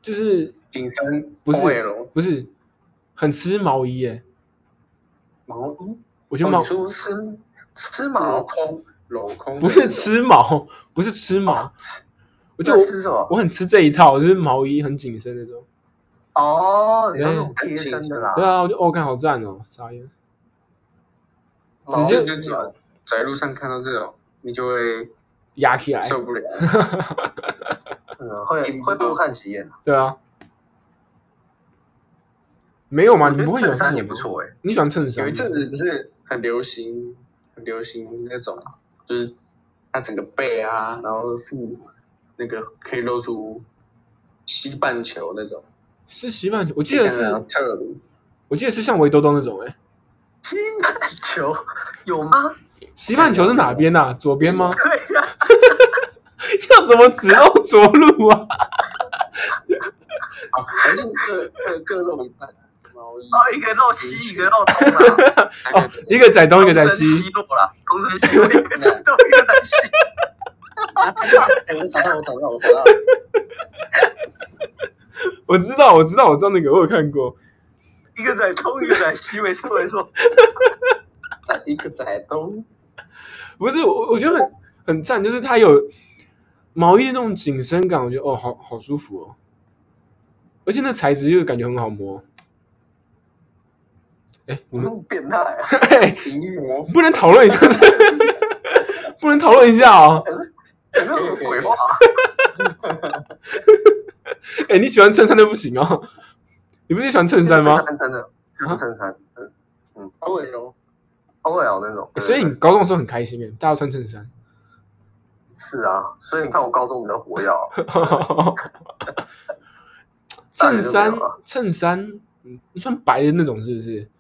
就是紧身不是 OL 不是很吃毛衣耶。 毛衣， 我觉得毛、 你说吃毛镂空， 不是吃毛，不是吃毛， 那吃什么？ 我很吃这一套，就是毛衣很紧身那种。 哦，你说那种贴身的啦？ 对啊，我就看好赞哦，傻眼。直接就在路上看到这种，你就会压起来， 受不了。会多看几眼。 对啊。没有吗？你不会有衬衫也不错你喜欢衬衫？ 有一阵子不是很流行那种，就是它整个背啊，然后是那个可以露出西半球那种。 是西半球，我记得是像围兜兜那种西半球有吗？ 西半球是哪边啊？左边吗？ 对呀。 要怎么只露左路啊？ 还是各露一半。一个露西，一个露东啊。一个在东，一个在西。 西落啦，公升西落，一个在东，一个在西。我找到。 我知道那个，我有看过。 一个在东，一个在西，没错。一个在东， 不是我觉得很赞，就是它有毛衣的那种紧身感，我觉得好舒服哦，而且那材质又感觉很好摸。我们变态啊！ 不能讨论一下，不能讨论一下哦。 讲那种鬼话。 你喜欢衬衫就不行哦。你不是喜欢衬衫吗？ 真的，衬衫，OL 那种。 所以你高中的时候很开心大家穿衬衫。 是啊，所以你看我高中比较活跃。 衬衫，你穿白的那种是不是？